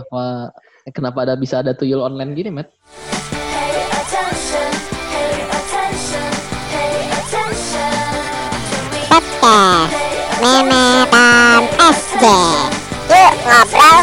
Kenapa bisa ada tuyul online gini, Matt? Pay attention, pay attention, pay attention to me. Podcast Memetan SD. Yuk ngobrol.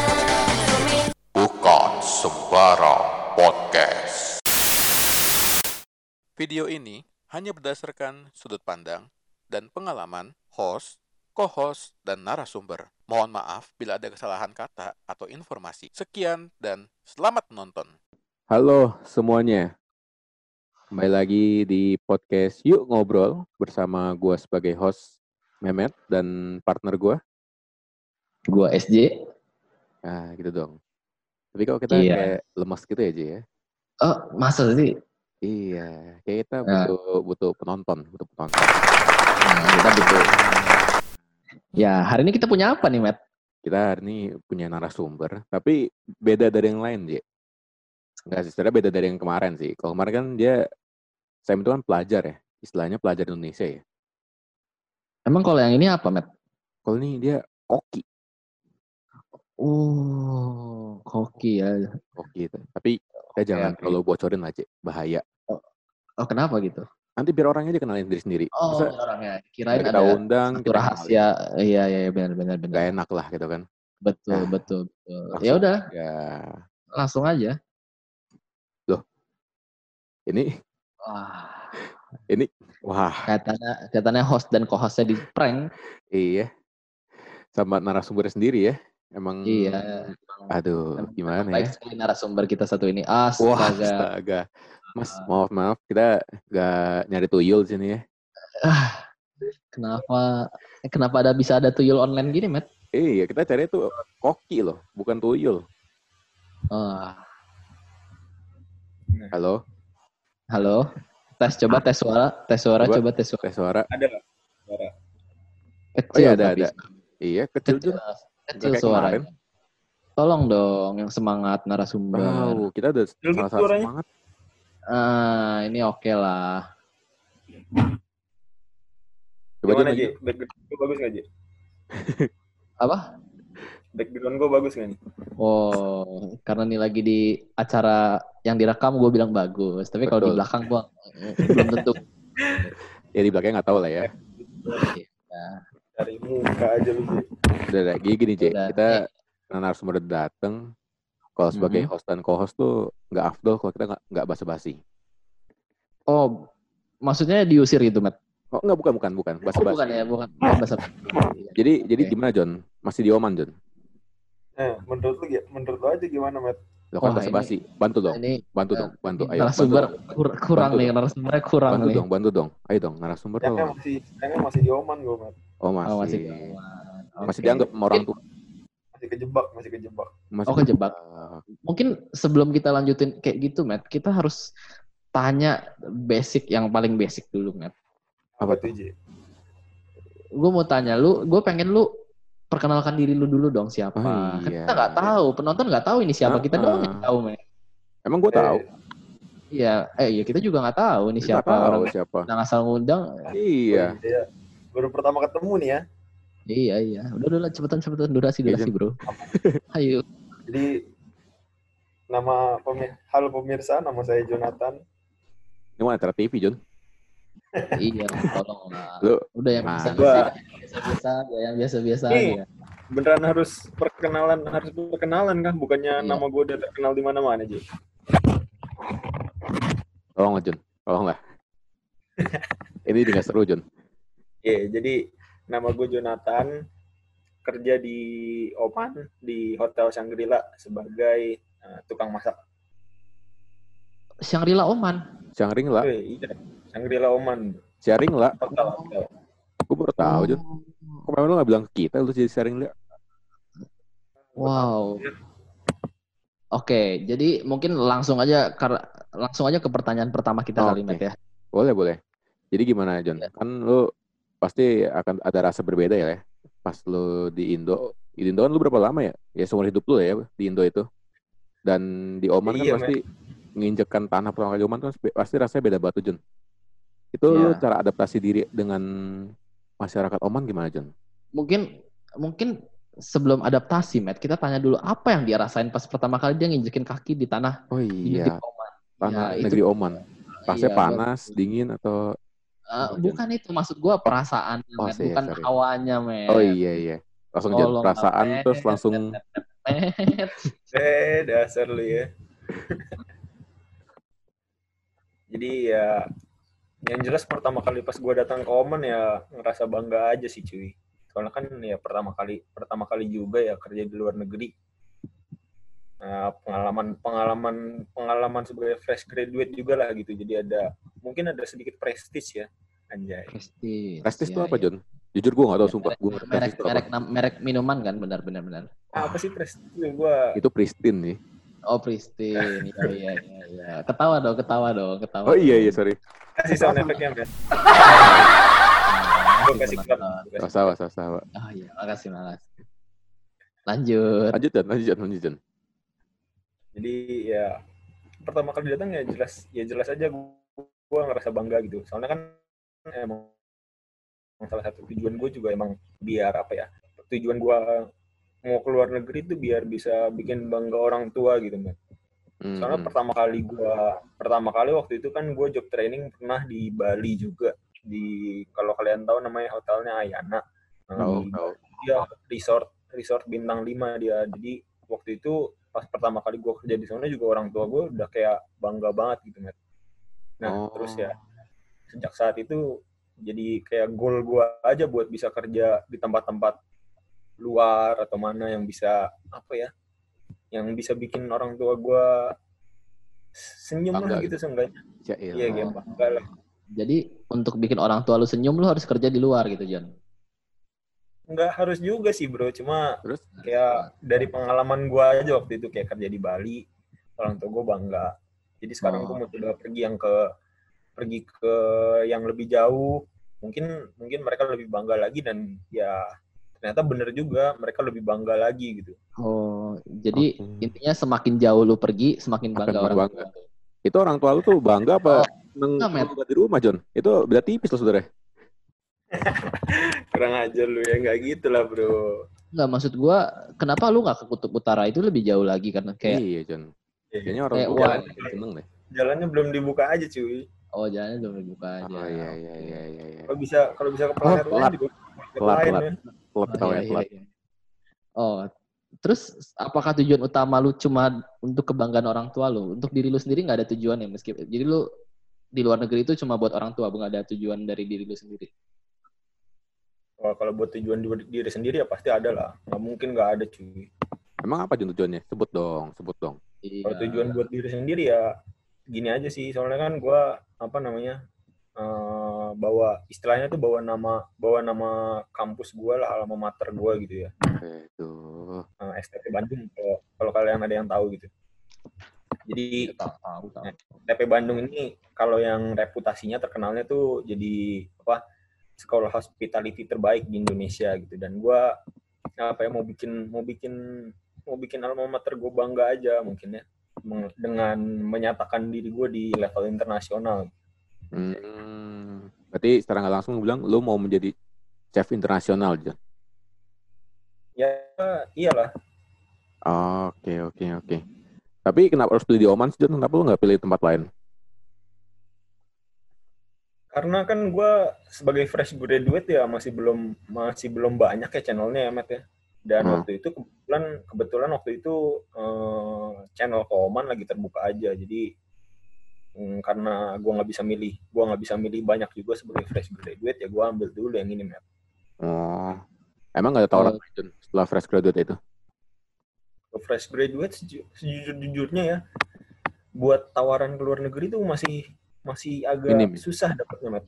Bukan sembarang podcast. Video ini hanya berdasarkan sudut pandang dan pengalaman host, co-host, dan narasumber. Mohon maaf bila ada kesalahan kata atau informasi. Sekian dan selamat menonton. Halo semuanya. Kembali lagi di podcast Yuk Ngobrol bersama gue sebagai host Mehmet dan partner gue. Gua SJ. Nah gitu dong. Tapi kalau kita Iya. kayak lemas gitu ya, Ji ya? Oh, masa sih? Iya, kayak kita Nah. butuh penonton. Nah, kita butuh. Ya, hari ini kita punya apa nih, Matt? Kita hari ini punya narasumber, tapi beda dari yang lain, Ji. Enggak sih, sebenarnya beda dari yang kemarin sih. Kalau kemarin kan Sam itu kan pelajar ya, istilahnya pelajar Indonesia ya. Emang kalau yang ini apa, Matt? Kalau ini dia koki Oh, hoki ya. itu. Tapi kita jangan Oke. terlalu bocorin lah, Ji. Bahaya. Oh, kenapa gitu? Nanti biar orangnya aja kenalin diri sendiri. Oh, Masa orangnya. Kirain kita ada undang, satu kita rahasia. Iya, benar. Gak enak lah gitu kan. Betul. Langsung Ya udah, ya. langsung aja. Wah, Katanya host dan co-hostnya di prank. iya. Sama narasumber sendiri ya. Emang Iya. aduh, gimana Baik ya? sekali narasumber kita satu ini. Wah, Astaga. astaga. Mas, maaf, kita gak nyari tuyul di sini ya. Kenapa bisa ada tuyul online gini, Matt? Iya, kita cari tuh koki loh, bukan tuyul. Oh, Halo, halo. Tes suara. Tes suara. tes suara. Ada nggak suara? Kecil, Oh iya, tapi ada. Iya, kecil Kecil, Jun. kecil kayak suaranya. Tolong dong yang semangat narasumber. Wow, kita udah Kecil salah suaranya. semangat. Ini oke lah. Coba Gimana, Jun, Ji? Background gue bagus nggak, Ji? Apa? Background gue bagus nggak nih? Oh, karena ini lagi di acara yang direkam gue bilang bagus. Tapi kalau di Betul. belakang gue belum tentu. Ya di belakangnya nggak tahu lah ya. Dari muka aja lu, Ji. Udah gini J, Udah. kita narasumber dateng. Kalau sebagai host dan co-host tuh nggak afdol kalau kita nggak basa-basi. Oh, maksudnya diusir gitu, Matt? Oh enggak, bukan basa-basi. Bukan ya, bukan bahasa. Jadi Oke. gimana John? Masih di Oman John? Menurut lu aja gimana, Matt? Lo kan Wah, basa-basi. Bantu dong. Ini Bantu. Ayo. narasumber kurang Bantu nih, dong. narasumbernya kurang nih. Bantu dong. Ayo dong, narasumber Sayangnya tolong. masih di Oman gue, Matt. Oh, Oh, masih masih. Oke. Masih dianggap sama orang tua. Masih kejebak. Masih Oh, kejebak. Mungkin sebelum kita lanjutin kayak gitu, Matt, kita harus tanya yang paling basic dulu, Matt. Apa Apa tuh, Ji? Gue mau tanya gue pengen lu perkenalkan diri lu dulu dong siapa. Oh, Kan iya. kita nggak tahu, penonton nggak tahu ini siapa, kita doang yang tahu, Matt. Emang gue tahu. Iya, kita juga nggak tahu ini Kita siapa tahu orang siapa. yang asal ngundang. Iya. Iya. Baru pertama ketemu nih ya. Iya. Udah lah, cepetan durasi, Bro. Ayo. Jadi halo pemirsa, nama saya Jonathan. Ini mana acara TV John? Iya, tolong lah. Lu Udah yang Nah, biasa-biasa, yang biasa-biasa Nih. aja. Beneran harus perkenalan kan? Bukannya Iya. nama gue udah terkenal di mana-mana, Ji. tolong lah John. Tolong lah. Ini juga seru John. Iya, jadi nama gue Jonathan, kerja di Oman, di Hotel Shangri-La sebagai tukang masak. Shangri-La Oman. Shangri-La. Iya, Shangri-La Oman. Shangri-La. Hotel. Gue baru tahu John. Kok memang lu gak bilang ke kita lu jadi Shangri-La? Wow. Oke, jadi mungkin langsung aja ke pertanyaan pertama kita kali, Oke. Matt ya. Boleh. Jadi gimana John? Iya. Kan lu pasti akan ada rasa berbeda ya. Pas lu di Indo. Di Indo kan lu berapa lama ya? Ya seumur hidup lu ya di Indo itu. Dan di Oman Iya, kan pasti menginjekkan tanah pertama kali di Oman kan pasti rasanya beda batu John. Itu lu Iya. cara adaptasi diri dengan masyarakat Oman gimana John? Mungkin sebelum adaptasi, Matt, kita tanya dulu apa yang dia rasain pas pertama kali dia nginjekin kaki di tanah Oh di negeri iya, Oman. tanah Ya, itu negeri Oman. Pasnya iya panas, dingin atau bukan itu maksud gua perasaannya, oh, Matt, iya, bukan sorry. hawanya, Oh Matt. iya. Langsung jadi Tolong perasaan lah, terus langsung Matt. Dasar lu ya. Jadi ya yang jelas pertama kali pas gue datang ke Oman ya ngerasa bangga aja sih cuy. Soalnya kan ya pertama kali juga ya kerja di luar negeri. Nah, pengalaman sebagai fresh graduate juga lah gitu. Jadi mungkin ada sedikit prestis ya, anjay. prestis itu ya, apa, ya. John? Jujur gue nggak tahu, sumpah. Gue ngerti prestis itu apa. Merek minuman kan, benar. Apa sih prestis gue? Itu pristine nih. Oh, Pristine. Iya. Ketawa dong. Oh iya, sorry. Kasih sound effect-nya, men. Gue kasih klub. Sawa. Oh iya, makasih. Lanjut. Lanjut, John. Jadi ya pertama kali datang ya jelas aja gue ngerasa bangga gitu. Soalnya kan emang salah satu tujuan gue juga emang biar apa ya? Tujuan gue mau keluar negeri itu biar bisa bikin bangga orang tua gitu, Mbak. Soalnya pertama kali waktu itu kan gue job training pernah di Bali juga. Kalau kalian tahu namanya hotelnya Ayana. Tahu. Dia resort bintang 5 dia. Jadi waktu itu pas pertama kali gue kerja di sana juga orang tua gue udah kayak bangga banget gitu, Matt. Nah, terus ya sejak saat itu jadi kayak goal gue aja buat bisa kerja di tempat-tempat luar atau mana yang bisa apa ya, yang bisa bikin orang tua gue senyum bangga lah gitu seenggaknya. Iya, gitu bangga lah. Jadi untuk bikin orang tua lu senyum lu harus kerja di luar gitu, John. Nggak harus juga sih bro, cuma Terus kayak dari pengalaman gue aja waktu itu kayak kerja di Bali, orang tua gue bangga. Jadi sekarang gue mau coba pergi ke yang lebih jauh, mungkin mereka lebih bangga lagi dan ya ternyata bener juga mereka lebih bangga lagi gitu. Oh, jadi intinya semakin jauh lu pergi, semakin bangga orang tua. Itu orang tua lu tuh bangga apa bangga di rumah, John? Itu beda tipis loh, saudara. Kurang ajar lu ya, nggak gitu lah bro. Nggak, maksud gua kenapa lu nggak ke Kutub Utara itu lebih jauh lagi karena kayak iya, John. Kayaknya orang kayak tua seneng deh. Jalannya belum dibuka aja cuy. Oh, jalannya belum dibuka aja. Oh iya. Kalau bisa ke planet lain juga lain ya. Telat. Oh, terus apakah tujuan utama lu cuma untuk kebanggaan orang tua lu? Untuk diri lu sendiri nggak ada tujuan ya meskipun. Jadi lu di luar negeri itu cuma buat orang tua, bukan ada tujuan dari diri lu sendiri. Kalau buat tujuan diri sendiri ya pasti ada lah. Nggak mungkin nggak ada cuy. Emang apa tujuannya? Sebut dong. Iya. Kalau tujuan buat diri sendiri ya gini aja sih. Soalnya kan gue bawa nama kampus gue lah, alma mater gue gitu ya. Itu. STP Bandung kalau kalian ada yang tahu gitu. Jadi tahu. STP Bandung ini kalau yang reputasinya terkenalnya tuh jadi sekolah hospitality terbaik di Indonesia gitu. Dan gue mau bikin alma mater gue bangga aja mungkin ya, dengan menyatakan diri gue di level internasional. Berarti secara nggak langsung bilang lu mau menjadi chef internasional, John? Ya iyalah. Oke. Tapi kenapa harus pilih di Oman sih, John? Kenapa lu nggak pilih tempat lain? Karena kan gue sebagai fresh graduate ya masih belum banyak ya channelnya ya, Matt ya. Dan waktu itu kebetulan waktu itu channel ke Oman lagi terbuka aja. Jadi karena gue nggak bisa milih banyak juga sebagai fresh graduate ya gue ambil dulu yang ini, Matt. Oh, emang nggak ada tawaran setelah fresh graduate itu? Fresh graduate sejujurnya ya, buat tawaran ke luar negeri tuh masih agak susah dapatnya, Matt.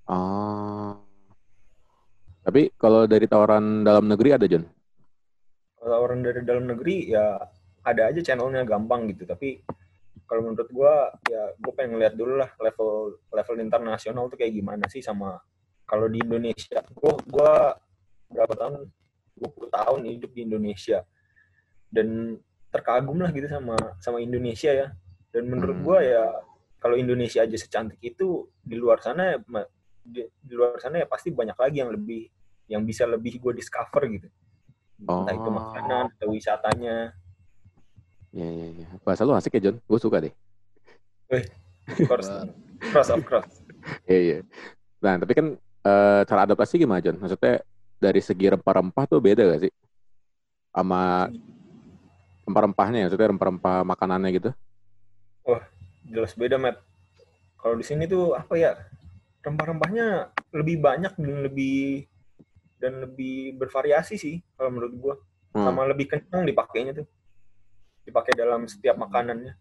Tapi kalau dari tawaran dalam negeri ada, John? Tawaran dari dalam negeri ya ada aja channelnya gampang gitu, tapi kalau menurut gue ya gue pengen ngeliat dulu lah level internasional tuh kayak gimana sih. Sama kalau di Indonesia gue berapa tahun, 20 tahun hidup di Indonesia dan terkagum lah gitu sama Indonesia ya. Dan menurut gue ya kalau Indonesia aja secantik itu, di luar sana ya pasti banyak lagi yang bisa lebih gue discover gitu. Entah itu makanan atau wisatanya. Iya. Bahasa lu asik ya, John. Gue suka deh. Of course. Iya. Nah, tapi kan cara adaptasi gimana, John? Maksudnya dari segi rempah-rempah tuh beda gak sih? Sama rempah-rempahnya, maksudnya rempah-rempah makanannya gitu? Jelas beda, Matt. Kalau di sini tuh apa ya? Rempah-rempahnya lebih banyak dan lebih bervariasi sih kalau menurut gua. Sama lebih kencang dipakainya tuh. Dipakai dalam setiap makanannya.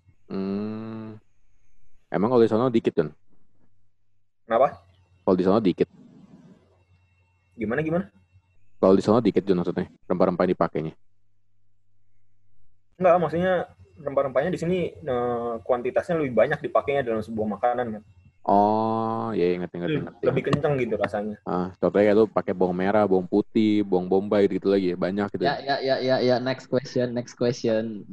Emang kalau di sana dikit, John? Kenapa? Kalau di sana dikit. Gimana? Kalau di sana dikit, John, maksudnya rempah-rempah yang dipakainya. Enggak, maksudnya rempah-rempahnya di sini kuantitasnya lebih banyak dipakainya dalam sebuah makanan kan. Oh, iya ngerti. Lebih kencang gitu rasanya. Contohnya kayak lu pakai bawang merah, bawang putih, bawang bombay gitu lagi ya, banyak gitu. Ya, next question.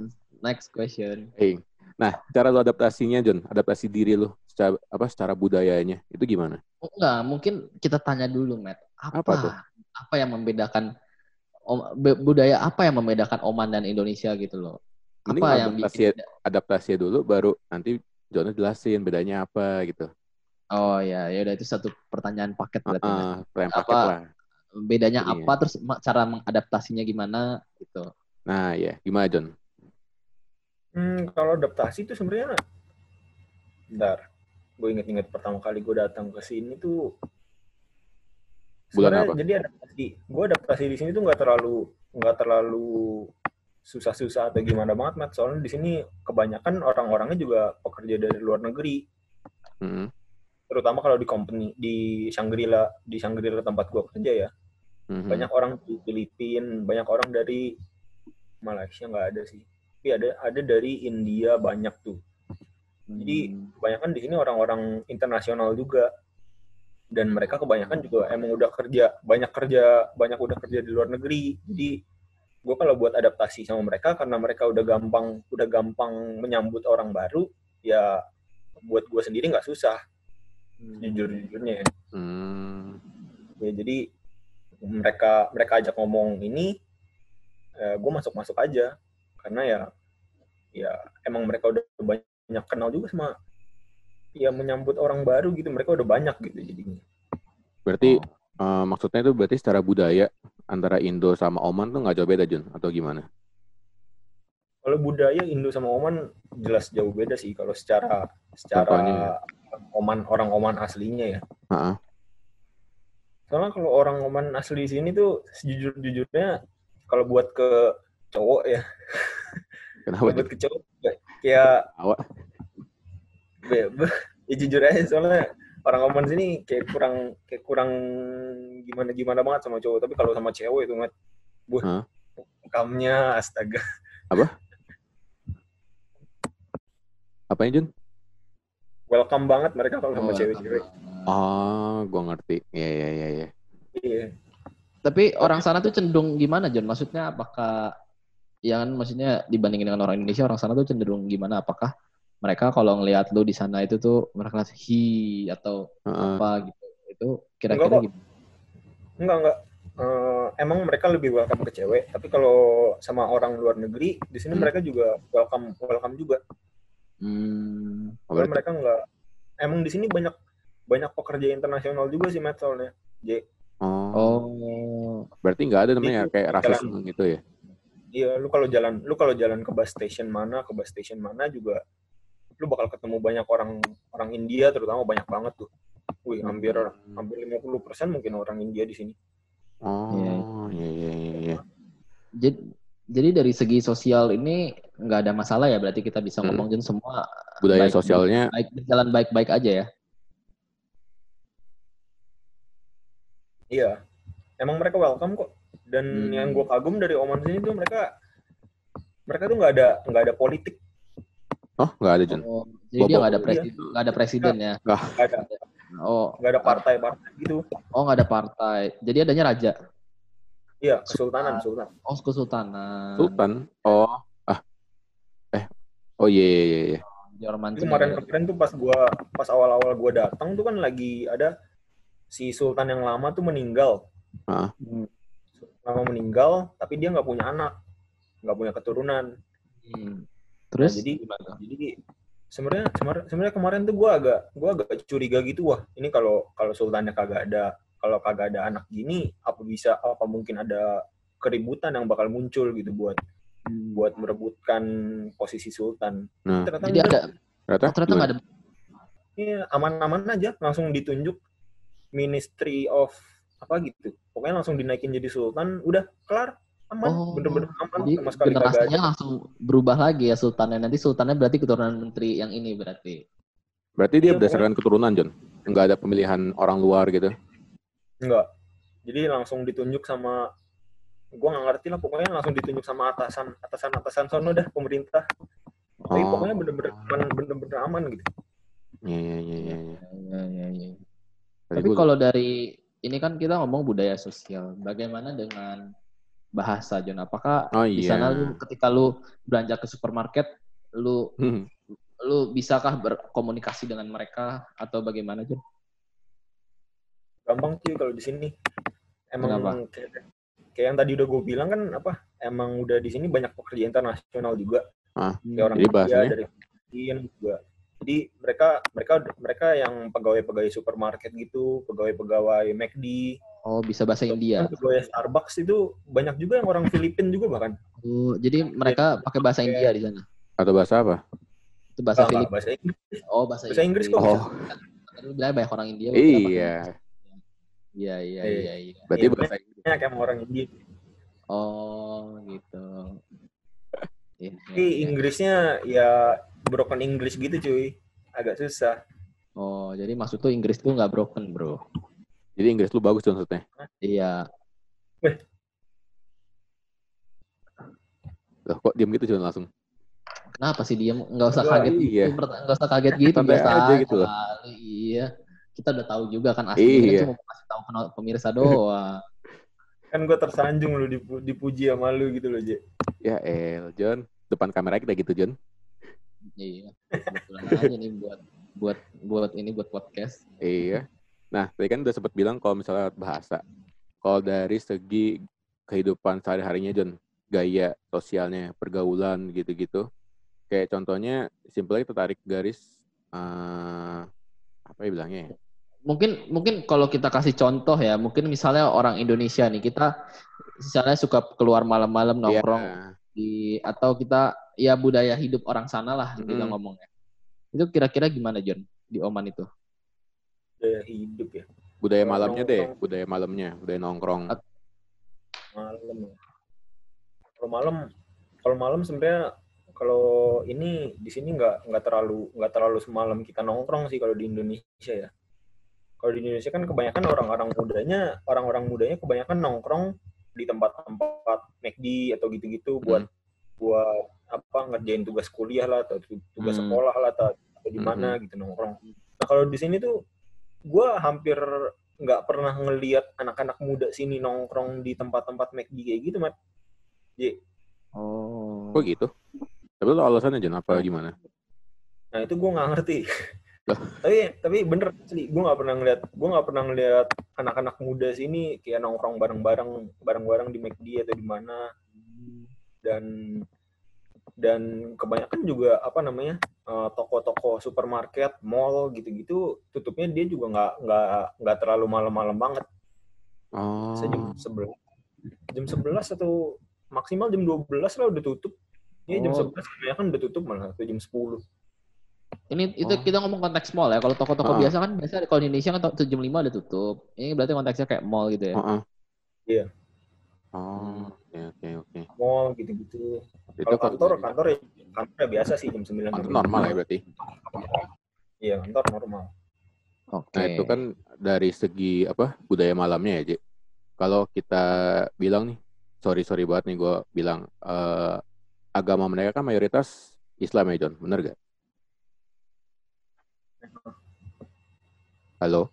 Nah, cara lu adaptasinya, John, adaptasi diri lu secara budayanya itu gimana? Enggak, mungkin kita tanya dulu, Matt. Apa yang membedakan budaya apa yang membedakan Oman dan Indonesia gitu loh? Mending apa yang adaptasi dulu baru nanti John jelasin bedanya apa gitu. Oh ya udah itu satu pertanyaan paket berarti. Paket lah. Bedanya jadinya. Apa terus cara mengadaptasinya gimana gitu. Nah, ya, gimana, John? Kalau adaptasi itu sebenarnya gue inget pertama kali gue datang ke sini tuh sebenarnya jadi adaptasi di sini tuh nggak terlalu susah-susah atau gimana banget, Matt. Soalnya di sini kebanyakan orang-orangnya juga pekerja dari luar negeri. Terutama kalau di company di Shangri-La tempat gue kerja ya. Banyak orang dari Filipina, banyak orang dari Malaysia nggak ada sih. Tapi ada dari India banyak tuh. Jadi kebanyakan di sini orang-orang internasional juga. Dan mereka kebanyakan juga emang udah banyak udah kerja di luar negeri. Jadi gue kalau buat adaptasi sama mereka karena mereka udah gampang menyambut orang baru, ya buat gue sendiri nggak susah. Jujur-jujurnya. Ya jadi mereka ajak ngomong ini, gue masuk aja karena ya emang mereka udah banyak kenal juga sama ya menyambut orang baru gitu, mereka udah banyak gitu jadinya. Berarti maksudnya itu berarti secara budaya antara Indo sama Oman tuh nggak jauh beda, Jun, atau gimana? Kalau budaya Indo sama Oman jelas jauh beda sih kalau secara orang Oman aslinya ya. Soalnya kalau orang Oman asli sini tuh sejujurnya kalau buat ke cowok ya. Kenapa? Buat ke cowok kayak ya jujur aja, soalnya orang Oman sini kayak kurang gimana banget sama cowok, tapi kalau sama cewek itu Mat, kamnya astaga. Apanya, Jun? Welcome banget mereka kalau sama cewek-cewek. Gua ngerti. Iya. Tapi orang sana tuh cenderung gimana, John? Maksudnya apakah maksudnya dibandingin dengan orang Indonesia, orang sana tuh cenderung gimana? Apakah mereka kalau ngelihat lu di sana itu tuh mereka atau apa gitu? Itu kira-kira gitu? Enggak. Emang mereka lebih welcome ke cewek, tapi kalau sama orang luar negeri di sini mereka juga welcome juga. Karena mereka enggak. Emang di sini banyak pekerja internasional juga sih, Matt, soalnya. Berarti nggak ada namanya kayak rasisme gitu ya? Iya, lu kalau jalan ke bus station mana juga lu bakal ketemu banyak orang India, terutama banyak banget tuh. Hampir 50% mungkin orang India di sini. Iya. Jadi dari segi sosial ini nggak ada masalah ya, berarti kita bisa ngomongin semua budaya sosialnya berjalan baik-baik aja ya. Iya, emang mereka welcome kok. Dan yang gue kagum dari Oman sini tuh mereka tuh nggak ada politik. Nggak ada, Jun. Jadi dia nggak ada presiden ya? Nggak ada. Nggak ada partai gitu. Nggak ada partai. Jadi adanya raja. Iya, kesultanan. Kesultanan. Sultan. Iya. Kemarin tuh pas awal-awal gue datang tuh kan lagi ada si sultan yang lama tuh meninggal. Lama mau meninggal, tapi dia nggak punya anak, nggak punya keturunan. Terus Nah, jadi gimana? sebenarnya kemarin tuh gue agak curiga gitu, wah ini kalau sultannya kagak ada anak gini, apa mungkin ada keributan yang bakal muncul gitu buat merebutkan posisi sultan. Nah, Ternyata Jadi enggak. ternyata nggak gimana? ada. Iya, aman-aman aja, langsung ditunjuk Ministry of apa gitu. Pokoknya langsung dinaikin jadi sultan, udah kelar, aman, bener-bener aman, Jadi sama sekali kagak ada. generasinya langsung berubah lagi ya sultannya. Nanti sultannya berarti keturunan menteri yang ini berarti. Berarti dia Iya, berdasarkan keturunan, John? Nggak ada pemilihan orang luar gitu? Enggak. Jadi langsung ditunjuk sama, gua nggak ngerti lah, pokoknya langsung ditunjuk sama atasan sono dah, pemerintah. Tapi pokoknya bener-bener aman gitu. Iya. Ya. Tadi Tapi gua- kalau dari ini kan kita ngomong budaya sosial, bagaimana dengan bahasa, John? Apakah Oh di sana iya. ketika lu belanja ke supermarket, lu bisakah berkomunikasi dengan mereka atau bagaimana, John? Gampang sih kalau di sini. Emang Kenapa? kayak yang tadi udah gue bilang kan, emang udah di sini banyak pekerja internasional juga. Kayak orang jadi India bahasanya? dari Filipina juga. Jadi mereka yang pegawai supermarket gitu, pegawai McD, Oh, bisa bahasa India. pegawai Starbucks itu banyak juga yang orang Filipina juga bahkan. Oh, jadi mereka pakai bahasa India di sana. Atau bahasa apa? Itu bahasa Enggak, Filipina. bahasa Inggris. Oh, bahasa Bahasa Inggris kok. Oh, Kan lu bilang banyak orang India. gua kira pakai iya. bahasa- Iya. Berarti Iya, bahasa Inggris. banyak yang orang India. Oh, gitu. Tapi Inggrisnya ya broken English gitu cuy. Agak susah. Oh, jadi maksud tuh Inggris tuh nggak broken, bro. Jadi Inggris lu bagus tuh maksudnya? Iya. Loh, kok diem gitu John langsung? Kenapa sih dia nggak usah Gua- kaget iya. gitu, nggak usah kaget gitu, Santai biasa aja gitu loh. kali. Iya. Kita udah tahu juga kan aslinya Iya. kan cuma kasih tahu pemirsa doang. Kan gue tersanjung lu dipuji sama lu gitu loh, Je. Ya John. Depan kamera kita gitu, John. Iya. Kebetulan aja nih buat podcast. Iya. Nah, tadi kan udah sempat bilang kalau misalnya bahasa. Kalau dari segi kehidupan sehari-harinya, John, gaya sosialnya, pergaulan gitu-gitu. Kayak contohnya, simpelnya kita tarik garis, apa ya bilangnya ya? Mungkin kalau kita kasih contoh ya, mungkin misalnya orang Indonesia nih, kita misalnya suka keluar malam-malam nongkrong atau kita ya budaya hidup orang sana lah kita ngomongnya. Itu kira-kira gimana, John, di Oman itu? Budaya hidup ya. Budaya malamnya deh, budaya malamnya, budaya nongkrong. Malam. Kalau malam sebenarnya kalau ini di sini nggak terlalu semalam kita nongkrong sih kalau di Indonesia ya. Kalau di Indonesia kan kebanyakan orang-orang mudanya kebanyakan nongkrong di tempat-tempat McD atau gitu-gitu buat ngerjain tugas kuliah lah atau tugas sekolah lah atau di mana gitu nongkrong. Nah kalau di sini tuh gue hampir nggak pernah ngelihat anak-anak muda sini nongkrong di tempat-tempat McD kayak gitu, Mat. Oh. Kok gitu? Tapi lo alasannya John apa gimana? Nah itu gue nggak ngerti. tapi bener sih, gue nggak pernah ngeliat anak-anak muda sini kayak nongkrong bareng-bareng di McD atau di mana. Dan kebanyakan juga toko-toko supermarket, mall gitu-gitu tutupnya dia juga nggak terlalu malam-malam banget. Bisa jam 11 atau maksimal jam 12 lah udah tutup. Jam 11 kebanyakan udah tutup malah atau jam 10. Itu kita ngomong konteks mall ya. Kalau toko-toko biasa kan biasa kalau di Indonesia kan jam 5 udah tutup. Ini berarti konteksnya kayak mall gitu ya. Iya. Oke. Mall gitu-gitu. Kalau kantor ya biasa sih jam 9. Kantor normal ya berarti. Iya, kantor normal. Oke. Nah, itu kan dari segi budaya malamnya ya, Je. Kalau kita bilang nih, sorry banget nih gue bilang agama mereka kan mayoritas Islam ya, John. Bener gak? Halo?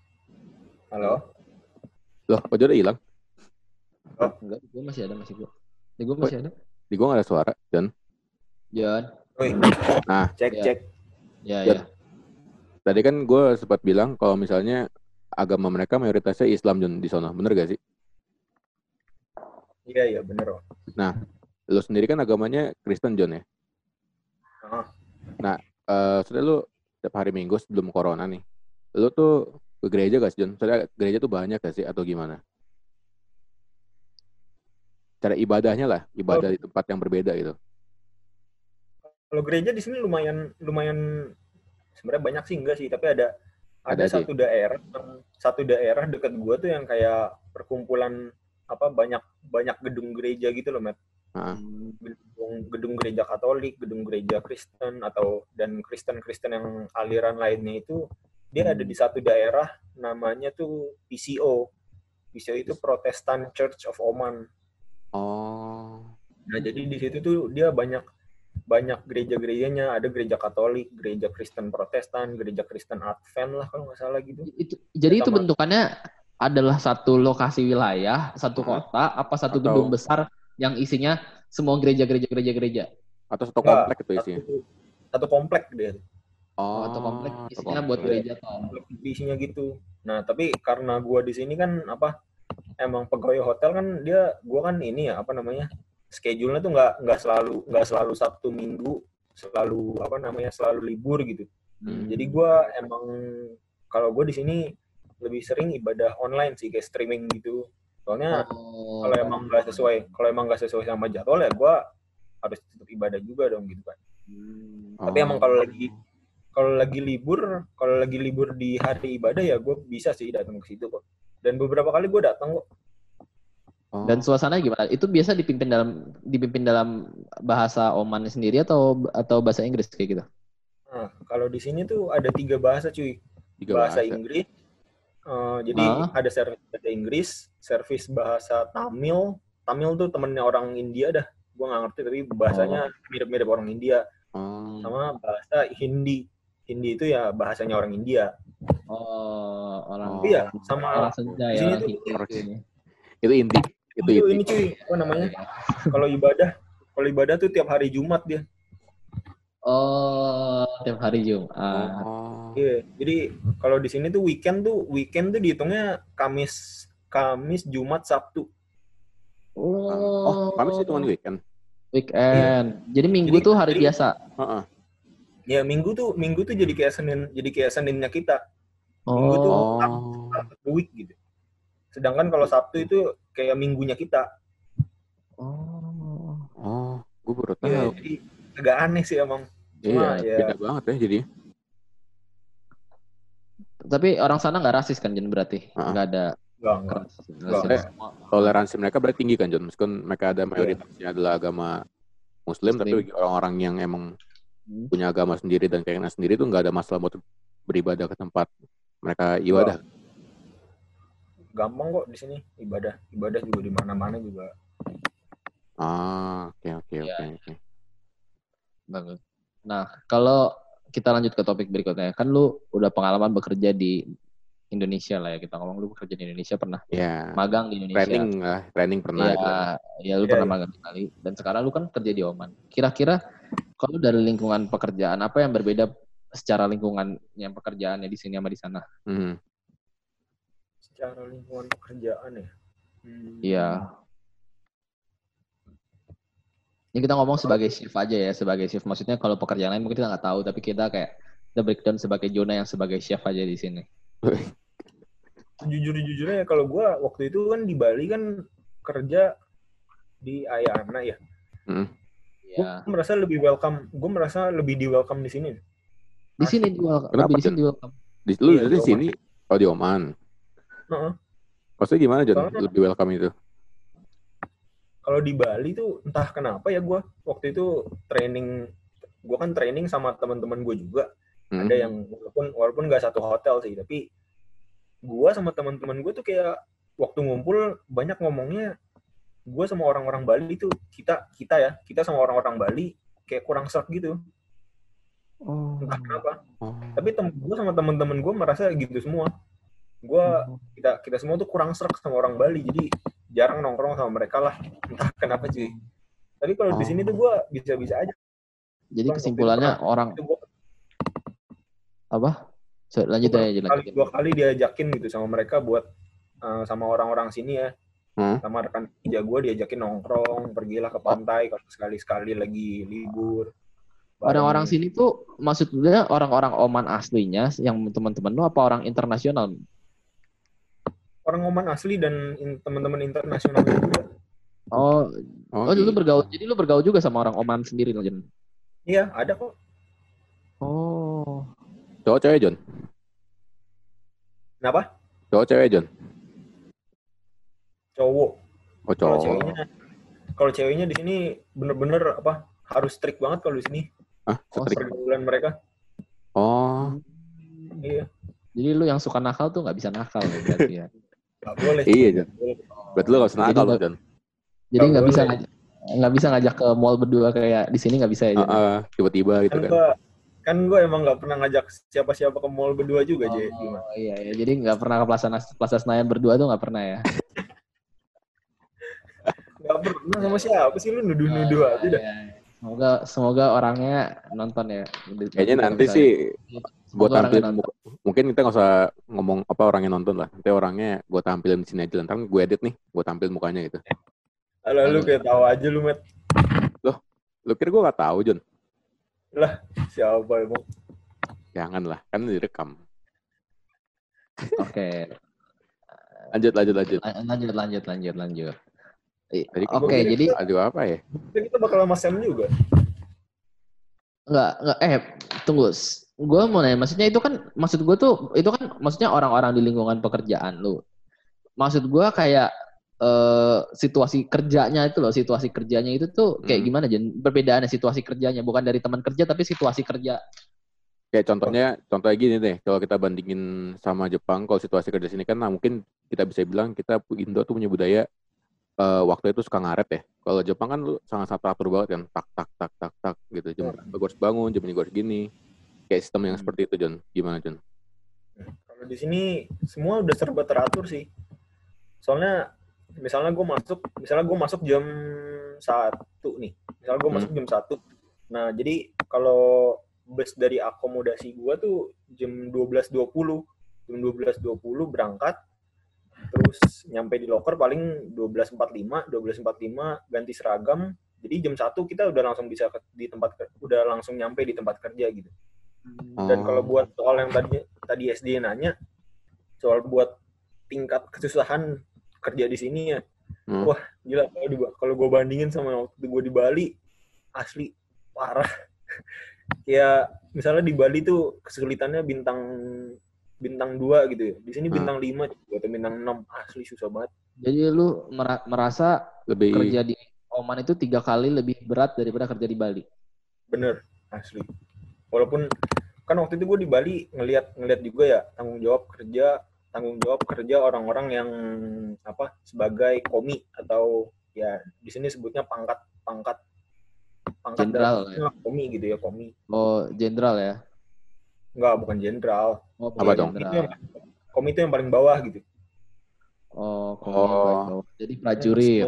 Loh, kok dia udah hilang? Enggak, gue masih ada. Di gue masih ada. Di gue gak ada suara, John. John. Nah, cek. Ya. Tadi kan gue sempat bilang kalau misalnya agama mereka mayoritasnya Islam, John, di sana. Bener gak sih? Iya bener. Nah, lu sendiri kan agamanya Kristen, John ya? Ah. Nah, setelah lu setiap hari Minggu sebelum corona nih, lu tuh ke gereja gak sih, John? Soalnya gereja tuh banyak gak sih atau gimana? Cara ibadahnya lah, ibadah di tempat yang berbeda gitu. Kalau gereja di sini lumayan sebenarnya banyak sih enggak sih, tapi ada Ada satu daerah dekat gua tuh yang kayak perkumpulan banyak gedung gereja gitu loh, Matt. Heeh. Gedung gereja Katolik, gedung gereja Kristen dan Kristen yang aliran lainnya itu dia ada di satu daerah namanya tuh PCO. PCO itu Protestant Church of Oman. Oh. Nah, jadi di situ tuh dia banyak gereja-gerejanya, ada gereja Katolik, gereja Kristen Protestan, gereja Kristen Advent lah kalau nggak salah gitu. Jadi itu bentukannya adalah satu lokasi wilayah, satu kota, apa satu gedung besar yang isinya semua gereja. Atau satu komplek itu isinya? Satu komplek dia. Oh, satu komplek isinya buat gereja toh. Isinya gitu. Nah, tapi karena gua di sini kan emang pegawai hotel kan gua kan ini ya schedule-nya tuh nggak selalu Sabtu Minggu, selalu selalu libur gitu. Jadi gua emang kalau gua di sini lebih sering ibadah online sih, kayak streaming gitu. Soalnya kalau emang nggak sesuai sama jadwal ya gue harus tetap ibadah juga dong gitu kan. Tapi emang kalau lagi libur di hari ibadah ya gue bisa sih datang ke situ kok. Dan beberapa kali gue datang kok. Dan suasananya gimana? Itu biasa dipimpin dalam bahasa Oman sendiri atau bahasa Inggris kayak gitu? Nah, kalau di sini tuh ada 3 bahasa cuy. Bahasa Inggris. Jadi ada servis bahasa Inggris, servis bahasa Tamil. Tamil tuh temennya orang India dah. Gue nggak ngerti tapi bahasanya mirip-mirip orang India. Sama bahasa Hindi. Hindi itu ya bahasanya orang India. Iya, sama orang Senja ya. Itu Hindi. Ini cuy, apa namanya? Kalau ibadah tuh tiap hari Jumat dia. Oh, tiap hari Jumat. Iya, jadi kalau di sini tuh weekend tuh dihitungnya Kamis, Jumat, Sabtu. Kamis hitungan weekend. Iya. Jadi Minggu tuh hari biasa. Ya Minggu tuh jadi kayak Seninnya kita. Minggu tuh Sabtu week gitu. Sedangkan kalau Sabtu itu kayak minggunya kita. Gue baru tahu. Ya, jadi agak aneh sih emang. Cuma, beda banget ya jadi. Tapi orang sana nggak rasis kan, Jon, berarti? Nggak ada. Nggak. Toleransi mereka berarti tinggi kan, Jon? Meskipun mereka ada mayoritasnya adalah agama Muslim, tapi bagi orang-orang yang emang punya agama sendiri dan keyakinan sendiri itu nggak ada masalah buat beribadah ke tempat mereka ibadah. Gampang kok di sini ibadah juga di mana-mana juga. Oke. Bagus. Nah, kalau kita lanjut ke topik berikutnya, kan lu udah pengalaman bekerja di Indonesia lah ya, kita ngomong lu bekerja di Indonesia pernah magang di Indonesia. Training pernah. Lu pernah magang sekali. Dan sekarang lu kan kerja di Oman. Kira-kira kalau dari lingkungan pekerjaan apa yang berbeda secara lingkungan yang pekerjaannya di sini sama di sana? Secara lingkungan pekerjaan ya? Iya. Ini kita ngomong sebagai shift aja ya, sebagai shift. Maksudnya kalau pekerjaan lain mungkin kita nggak tahu, tapi kita breakdown sebagai Jonah yang sebagai chef aja di sini. Jujur-jujurnya ya, kalau gue waktu itu kan di Bali kan kerja di Ayana ya. Gue merasa lebih welcome. Gue merasa lebih di welcome di sini. Di sini di welcome. Kenapa di sini di welcome. Lu di sini? Oh di Oman. Maksudnya gimana, Jon? Lebih welcome itu? Kalau di Bali tuh entah kenapa ya gue waktu itu gue kan training sama teman-teman gue juga. Ada yang walaupun nggak satu hotel sih, tapi gue sama teman-teman gue tuh kayak waktu ngumpul banyak ngomongnya gue sama orang-orang Bali tuh kita sama orang-orang Bali kayak kurang serk gitu. Entah kenapa. Tapi gue sama teman-teman gue merasa gitu semua. Kita semua tuh kurang serk sama orang Bali, jadi jarang nongkrong sama mereka lah. Entah kenapa cuy. Tapi kalau di sini tuh gue bisa-bisa aja. Jadi kesimpulannya orang apa? Lanjut aja. 2 kali diajakin gitu sama mereka buat sama orang-orang sini ya. Sama rekan kerja gue diajakin nongkrong, pergilah ke pantai kalau sekali-sekali lagi libur. Orang-orang sini tuh maksudnya orang-orang Oman aslinya yang teman-teman lu apa orang internasional? Orang Oman asli dan teman-teman internasional juga. Oh, gitu. lu bergaul. Jadi lu bergaul juga sama orang Oman sendiri loh, Jon. Iya, ada kok. Oh. Cowok cewek, Jon? Kenapa? Cowok cewek, Jon? Cowok. Oh, Kalau cowok. ceweknya di sini bener-bener harus strict banget kalau di sini. Pergaulan mereka. Oh. Iya. Jadi lu yang suka nakal tuh nggak bisa nakal ya, berarti ya. Gak boleh. Iya, Jon. Berarti lu gak usah nakal loh, Jon. Jadi nggak bisa ngajak ke mall berdua kayak di sini nggak bisa ya. Tiba-tiba gitu kan. Kan gue emang nggak pernah ngajak siapa-siapa ke mall berdua juga, Jay. Oh iya, jadi nggak pernah ke Plaza Senayan berdua tuh nggak pernah ya. Nggak pernah sama siapa sih, lu nuduh-nuduh aja dah. Semoga orangnya nonton ya. Kayaknya nanti sih gue tampilin, mungkin kita nggak usah ngomong apa orangnya nonton lah. Nanti orangnya gue tampilin di sini aja. Ntar gue edit nih, gue tampilin mukanya gitu. Alah, lu kayak tahu aja lu, Met. Loh, lu kira gue nggak tahu, Jon? Lah, siapa emang? Jangan lah, kan direkam. Oke. Lanjut. Lanjut. Oke, jadi aduh apa ya? Kita bakal sama Sam juga. Enggak, tunggu. Gue mau nanya, maksudnya itu kan maksudnya orang-orang di lingkungan pekerjaan lu. Maksud gue kayak situasi kerjanya itu tuh kayak gimana, Jen? Perbedaannya situasi kerjanya, bukan dari teman kerja tapi situasi kerja. Kayak contohnya gini deh, kalau kita bandingin sama Jepang, kalau situasi kerja sini kan, nah mungkin kita bisa bilang kita Indo tuh punya budaya waktu itu suka ngaret ya. Kalau Jepang kan lu sangat teratur banget kan, tak gitu. Jam gue harus bangun, jam ini gue harus gini. Kayak sistem yang seperti itu, Jon. Gimana, Jon? Kalau di sini semua udah serba teratur sih. Soalnya misalnya gue masuk jam 1 nih. Misalnya gue masuk jam 1. Nah, jadi kalau bus dari akomodasi gue tuh jam 12.20. Jam 12.20 berangkat. Terus nyampe di loker paling 12.45 ganti seragam. Jadi jam 1 kita udah langsung bisa langsung nyampe di tempat kerja gitu. Dan kalau buat soal yang tadi SD nanya, soal buat tingkat kesusahan kerja di sini ya. Wah, gila kalau gue bandingin sama waktu gue di Bali, asli parah. Kayak misalnya di Bali tuh kesulitannya bintang 2 gitu ya. Di sini bintang 5 atau bintang 6, asli susah banget. Jadi lu merasa kerja di Oman itu 3 kali lebih berat daripada kerja di Bali. Bener, asli. Walaupun kan waktu itu gue di Bali ngelihat juga ya tanggung jawab kerja orang-orang yang sebagai komi atau ya di sini sebutnya pangkat jenderal ya. Komi gitu ya, komi. Oh, jenderal ya. Enggak, bukan jenderal. Oh, apa dong? Komi itu yang paling bawah gitu. Oh, komi yang paling bawah. Jadi prajurit.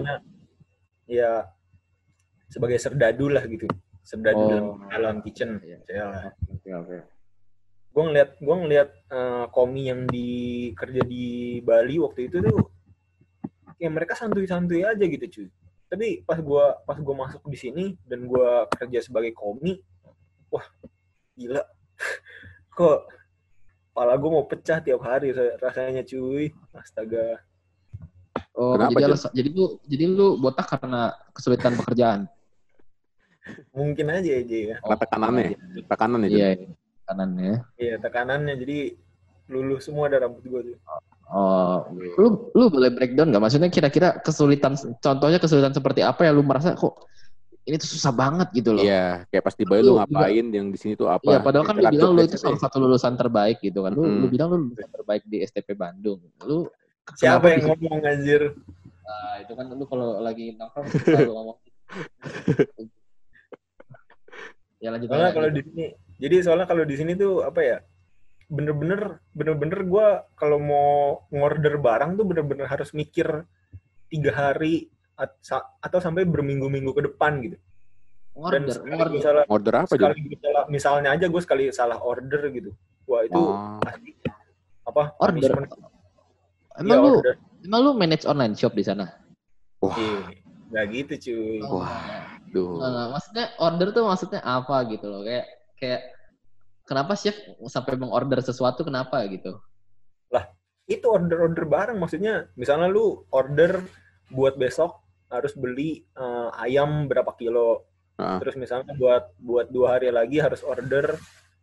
Ya sebagai serdadu lah gitu. Serdadu dalam kitchen. Oke. Gue ngeliat komi yang kerja di Bali waktu itu tuh kayak mereka santuy-santuy aja gitu cuy. Tapi pas gue masuk di sini dan gue kerja sebagai komi, wah gila. Kok kepala gue mau pecah tiap hari rasanya cuy. Astaga. Oh, jadi lu botak karena kesulitan pekerjaan. Mungkin aja ya. Tekanannya. Iya, tekanannya. Iya, tekanannya. Jadi luluh semua ada rambut gue tuh. Oh, lu boleh breakdown nggak? Maksudnya kira-kira kesulitan seperti apa yang lu merasa kok ini tuh susah banget gitu loh? Iya, kayak pas di Bali lu ngapain, yang di sini tuh apa? Iya, padahal kan lu bilang lu itu salah satu lulusan terbaik gitu kan. Lu bilang lu lulusan terbaik di STP Bandung. Lu siapa yang ngomong anjir? Nah, itu kan lu kalau lagi nongkrong selalu ngomong. Ya lanjut. Soalnya kalau di sini tuh apa ya? Bener-bener gue kalau mau ngorder barang tuh bener-bener harus mikir 3 hari atau sampai berminggu-minggu ke depan gitu. Order apa juga? Misalnya aja gue sekali salah order gitu. Wah itu pasti order. Emang lu Emang lu manage online shop di sana? Wah, Nggak gitu cuy. Nggak. Maksudnya order tuh maksudnya apa gitu loh. Kayak kenapa chef sampai mengorder sesuatu kenapa gitu? Itu order bareng, maksudnya misalnya lu order buat besok harus beli ayam berapa kilo. Terus misalnya buat 2 hari lagi harus order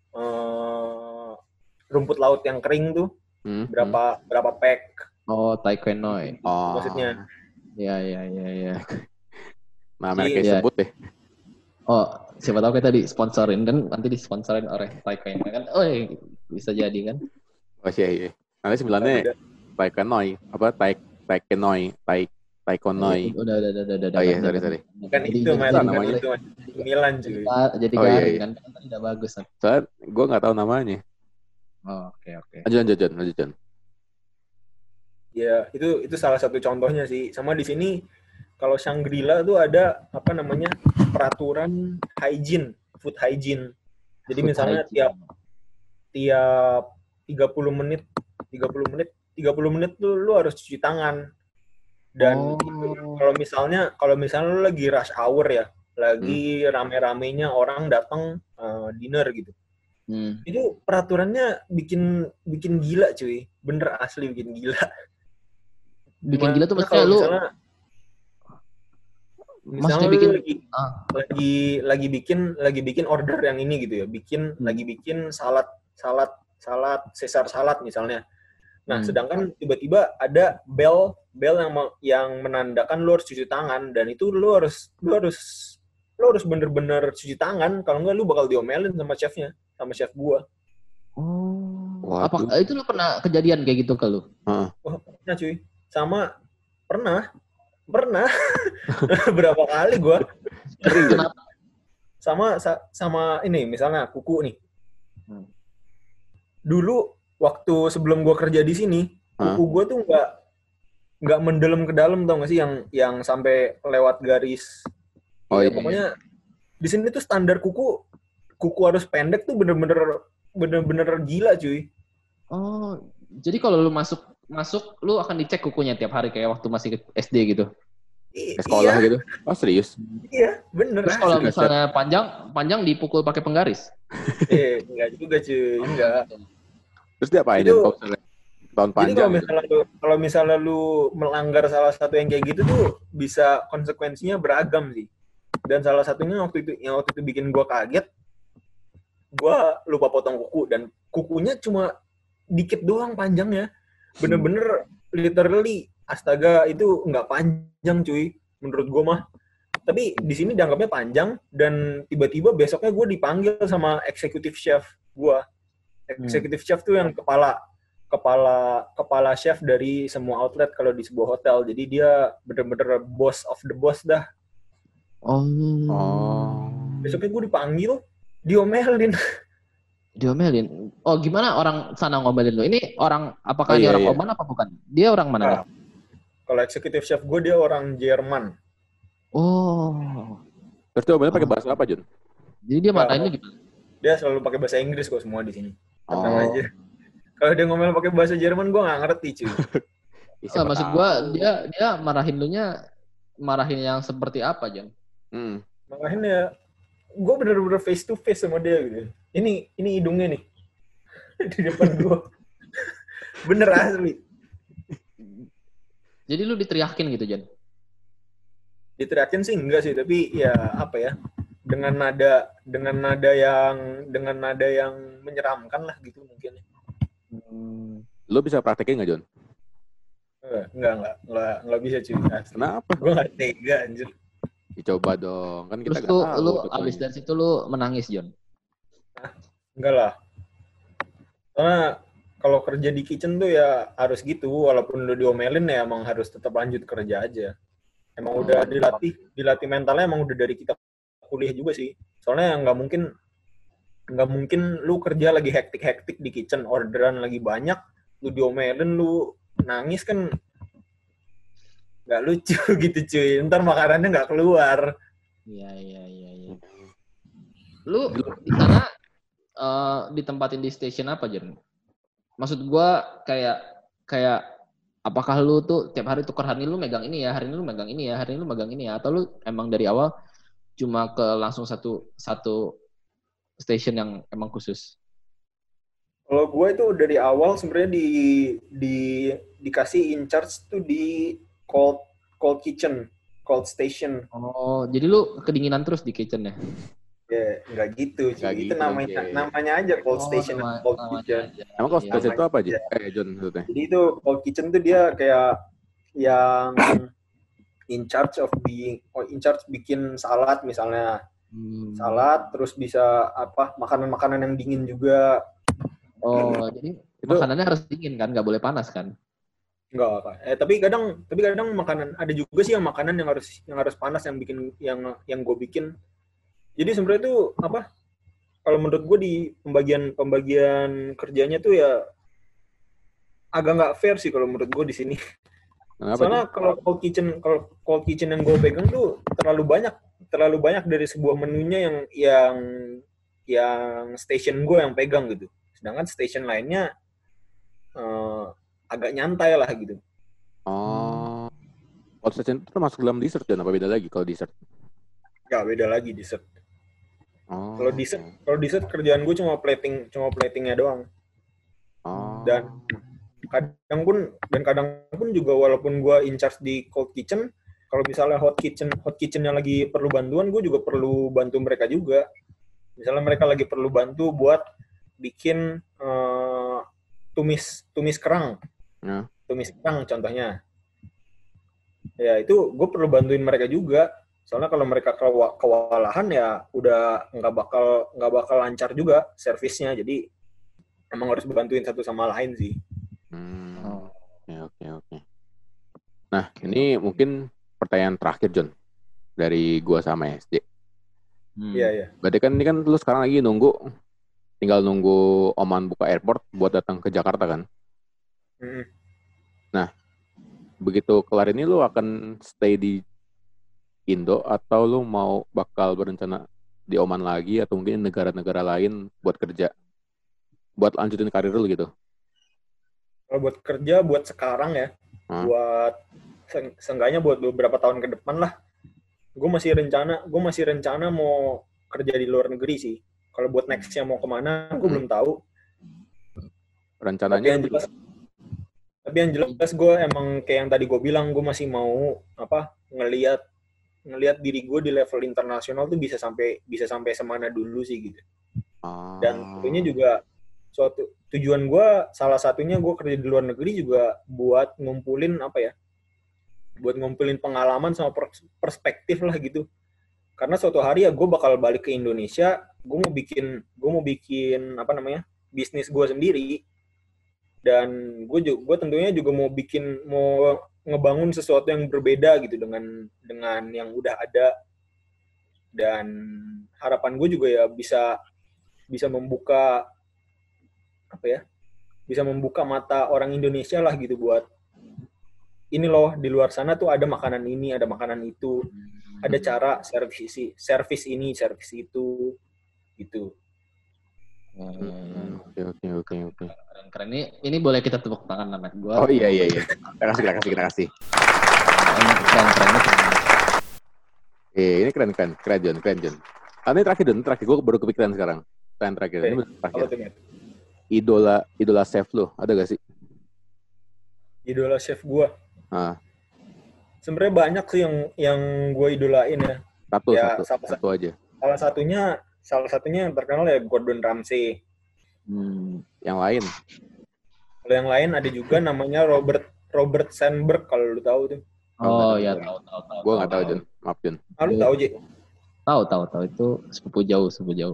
rumput laut yang kering tuh berapa pack. Oh, taekwondo. Maksudnya. Iya. Nah, mereknya sebut deh. Oh, siapa tahu kita disponsorin kan, nanti disponsorin oleh taekwondo kan. Oh, bisa jadi kan. Oh iya. Nanti sembilannya taekwondo apa taekwondo. Udah. Oh iya, sorry. Kan itu namanya itu Milan cuy. Jadi garing kan tidak bagus. Soalnya gue nggak tahu namanya. Oh, oke. Lanjut. Ya, itu salah satu contohnya sih. Sama di sini kalau Shangri-La tuh ada apa namanya? Peraturan hygiene, food hygiene. Jadi misalnya tiap 30 menit tuh lu harus cuci tangan. Dan kalau misalnya lu lagi rush hour ya, lagi rame-ramenya orang datang dinner gitu. Itu peraturannya bikin gila cuy. Bener asli bikin gila. Bikin gila tuh maksudnya lu misalnya bikin lagi bikin order yang ini gitu ya. Lagi bikin salad Caesar salad misalnya. Nah, sedangkan tiba-tiba ada bell yang menandakan lu harus cuci tangan, dan itu lu harus bener-bener cuci tangan, kalau enggak lu bakal diomelin sama chefnya, sama chef gua. Apa itu lu pernah kejadian kayak gitu ke lu? Pernah cuy. Pernah berapa kali gua. Sama ini misalnya kuku nih. Dulu waktu sebelum gue kerja di sini, kuku gue tuh nggak mendalam ke dalam, tau nggak sih, yang sampai lewat garis. Pokoknya di sini tuh standar kuku harus pendek tuh bener-bener gila cuy. Oh, jadi kalau lu masuk lu akan dicek kukunya tiap hari kayak waktu masih SD gitu. Ke sekolah gitu. Oh, serius? Iya, bener. Terus kalau misalnya panjang dipukul pakai penggaris? Enggak juga cuy, enggak. Terus dia apain kalau misalnya tahun panjang? Jadi kalau misalnya lu melanggar salah satu yang kayak gitu tuh bisa konsekuensinya beragam sih. Dan salah satunya waktu itu bikin gua kaget, gua lupa potong kuku dan kukunya cuma dikit doang panjangnya. Bener-bener literally astaga, itu nggak panjang cuy menurut gua mah. Tapi di sini dianggapnya panjang, dan tiba-tiba besoknya gua dipanggil sama executive chef gua. Executive chef tuh yang kepala chef dari semua outlet kalau di sebuah hotel. Jadi dia bener-bener boss of the boss dah. Besoknya gue dipanggil, diomelin. Oh, gimana orang sana ngomelin lo? Ini orang, apakah ini orang Oman apa bukan? Dia orang mana nih? Kalau executive chef gue dia orang Jerman. Oh. Terus dia ngomelin pakai bahasa apa, Jun? Jadi dia matainnya gimana? Dia selalu pakai bahasa Inggris kok semua di sini. Tenang aja. Kalau dia ngomel pakai bahasa Jerman, gue nggak ngerti cuy. Maksud gue dia marahin yang seperti apa, Jan? Marahin ya, gue bener-bener face to face sama dia gitu. Ini hidungnya nih di depan gue. Bener asli. Jadi lu diteriakin gitu, Jan? Diteriakin sih enggak sih, tapi ya apa ya? Dengan nada yang menyeramkan lah gitu mungkin. Lu bisa praktekin nggak, John? Enggak bisa cuy. Kenapa? Gue nggak tega anjir. Dicoba dong, kan kita nggak tahu. Lu abis dari situ lu menangis, John? Enggak lah. Karena kalau kerja di kitchen tuh ya harus gitu, walaupun lu diomelin ya emang harus tetap lanjut kerja aja. Emang udah dilatih mentalnya emang udah dari kita kuliah juga sih. Soalnya nggak mungkin lu kerja lagi hektik di kitchen, orderan lagi banyak, lu diomelin, lu nangis kan nggak lucu gitu cuy. Ntar makanannya nggak keluar. Iya. Lu di sana ditempatin di station apa, Jen? Maksud gua kayak Apakah lu tuh tiap hari tukar hari ini lu megang ini ya, hari ini lu megang ini ya, hari ini lu megang ini ya, atau lu emang dari awal cuma ke langsung satu station yang emang khusus? Kalau gue itu dari awal sebenarnya dikasih in charge tuh di cold kitchen, cold station. Oh, jadi lu kedinginan terus di kitchen ya? Ya, nggak gitu. Nggak Itu gitu, namanya aja cold station, cold kitchen. aja. Emang kalau Iya, station itu apa aja? Iya. John maksudnya. Jadi itu cold kitchen tuh dia kayak yang in charge bikin salad misalnya. Salad, terus bisa makanan-makanan yang dingin juga. Oh, jadi makanannya harus dingin kan, nggak boleh panas kan? Enggak, Kak. Tapi kadang makanan ada juga sih yang makanan yang harus panas yang bikin yang gue bikin. Jadi sebenarnya tuh kalau menurut gue di pembagian kerjanya tuh ya agak nggak fair sih kalau menurut gue di sini. Soalnya kalau cold kitchen yang gue pegang tuh terlalu banyak dari sebuah menunya yang station gue yang pegang gitu. Sedangkan station lainnya agak nyantai lah gitu. Oh. Cold station itu termasuk dalam dessert dan apa beda lagi kalau dessert? Ya beda lagi dessert. Oh. Kalau dessert kerjaan gue cuma platingnya doang. Oh. Dan kadang pun juga walaupun gue in charge di cold kitchen, kalau misalnya hot kitchen yang lagi perlu bantuan, gue juga perlu bantu mereka juga. Misalnya mereka lagi perlu bantu buat bikin tumis kerang. Ya. Tumis kerang contohnya. Ya itu gue perlu bantuin mereka juga. Soalnya kalau mereka kewalahan ya udah nggak bakal lancar juga servisnya. Jadi emang harus bantuin satu sama lain sih. Oke. Nah, ini mungkin pertanyaan terakhir, John. Dari gua sama SD. Iya. Berarti kan ini kan lu sekarang lagi tinggal nunggu Oman buka airport buat datang ke Jakarta kan? Nah, begitu kelar ini lu akan stay di Indo atau lu bakal berencana di Oman lagi atau mungkin negara-negara lain buat kerja? Buat lanjutin karir lu gitu? Kalau buat kerja, buat sekarang ya, buat seenggaknya buat beberapa tahun ke depan lah, gue masih rencana mau kerja di luar negeri sih. Kalau buat nextnya mau kemana, gue belum tahu. Rencananya? Tapi yang jelas gue emang kayak yang tadi gue bilang, gue masih mau ngelihat diri gue di level internasional tuh bisa sampai semana dulu sih gitu. Dan tentunya juga suatu tujuan gue, salah satunya gue kerja di luar negeri juga buat ngumpulin pengalaman sama perspektif lah gitu. Karena suatu hari ya gue bakal balik ke Indonesia, gue mau bikin bisnis gue sendiri. Dan gue tentunya juga mau ngebangun sesuatu yang berbeda gitu dengan yang udah ada. Dan harapan gue juga ya bisa membuka mata orang Indonesia lah gitu buat ini loh, di luar sana tuh ada makanan ini, ada makanan itu, ada cara servis ini, servis itu, gitu. Oke. Keren. Ini boleh kita tepuk tangan nama gue. Oh iya. Kita kasih. Ini keren John. Ini terakhir gue baru kepikiran sekarang. Ini terakhir. Idola chef lo, ada gak sih? Idola chef gue? Sebenarnya banyak sih yang gue idolain ya. Satu aja. Salah satunya yang terkenal ya Gordon Ramsay. Yang lain? Kalau yang lain ada juga namanya Robert Sandberg, kalau lu tahu tuh. Oh ya, tahu. Gue nggak tahu, John. Maaf, John. Lu tahu, Ji? Tahu itu sepupu jauh.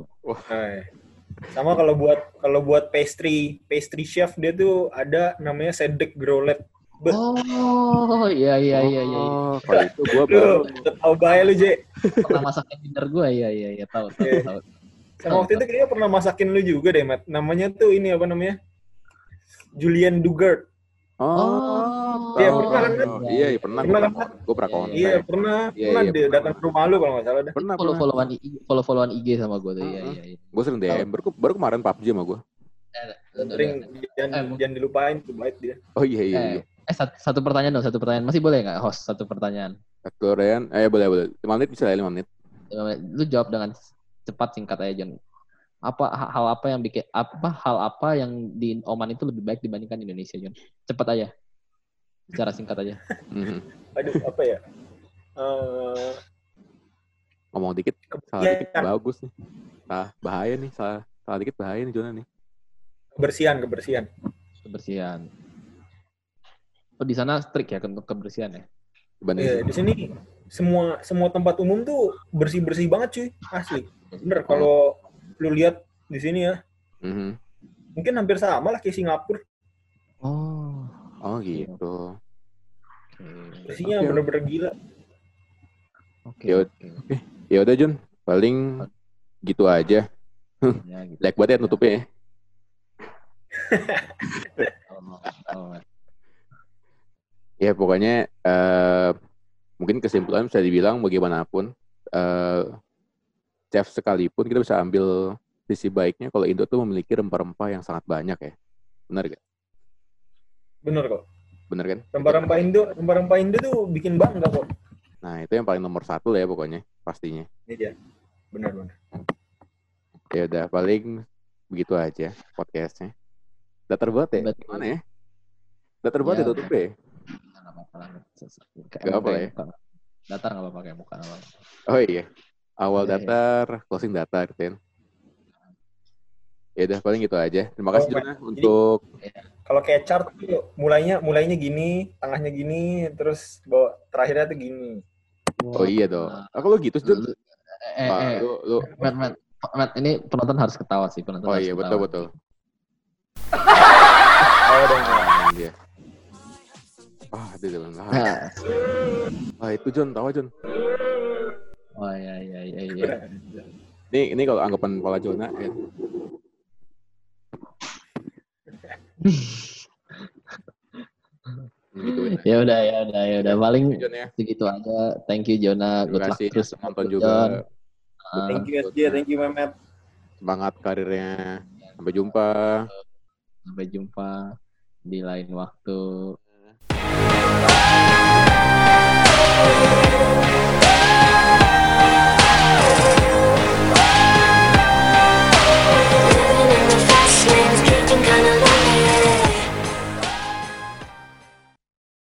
Sama kalau buat pastry chef dia tuh ada namanya Cedric Grolet. Oh iya. Kalau itu gue baru tahu bahaya lu, J. Pernah masakin dinner gue, iya tahu. Sama waktu itu kayaknya pernah masakin lu juga deh, Matt. Namanya tuh ini Julian Dugard. Iya, pernah kan? Iya, pernah. Gue pernah kontak. Iya, pernah dia datang ke rumah lu kalau nggak salah dah. Pernah. Follow-followan IG sama gue tuh. Iya. Gue sering DM. Baru kemarin PUBG sama gue. Sering jangan dilupain tuh baik dia. Oh iya. Satu pertanyaan dong, satu pertanyaan. Masih boleh nggak host satu pertanyaan? Satu Ryan, boleh. 5 menit bisa ya, 5 menit. Lu jawab dengan cepat singkat aja John. Hal apa yang di Oman itu lebih baik dibandingkan Indonesia John? Cepat aja. Secara singkat aja. Aduh, apa ya? Ngomong dikit, salah dikit bagus nih. Bahaya nih, salah dikit bahaya nih Jona nih. Kebersihan. Oh, di sana strict ya untuk kebersihan ya? Iya, di sini semua tempat umum tuh bersih-bersih banget cuy, asli. Bener, kalau lu lihat di sini ya, mungkin hampir sama lah kayak Singapura. Oh gitu. Bersihnya bener-bener gila. Oke. Ya udah Jun, paling gitu aja. Ya, gitu. Like banget ya nutupnya ya. Ya pokoknya mungkin kesimpulan bisa dibilang bagaimanapun chef sekalipun kita bisa ambil sisi baiknya kalau Indo tuh memiliki rempah-rempah yang sangat banyak ya. Benar gak? Bener kok. Bener kan? Rempah-rempah Indo tuh bikin bangga kok. Nah itu yang paling nomor 1 lah ya pokoknya pastinya. Ini dia. Benar. Ya udah paling begitu aja podcastnya. Datar banget ya? Betul. Gimana ya? Datar banget ya tutupnya ya? Gak apa ya? Datar nggak apa-apa kayak muka awal. Oh iya. Awal datar, closing datar gitu kan. Ya udah paling gitu aja. Terima kasih Jona untuk kalau kayak chart tuh mulainya gini, tengahnya gini, terus terakhirnya tuh gini. Oh iya dong. Aku lu gitu Jun. Matt, ini penonton harus ketawa sih, penonton. Oh iya, betul. Ayo dong. Dia. Dia jalan lah. Itu John, tawa John. Oh iya. Ini kalau anggapan Pala Jona ya. Ya udah paling ya. segitu aja. Thank you Jona, good luck terus nonton juga. Thank you SJ, thank you Mehmet. Semangat karirnya. Sampai jumpa di lain waktu.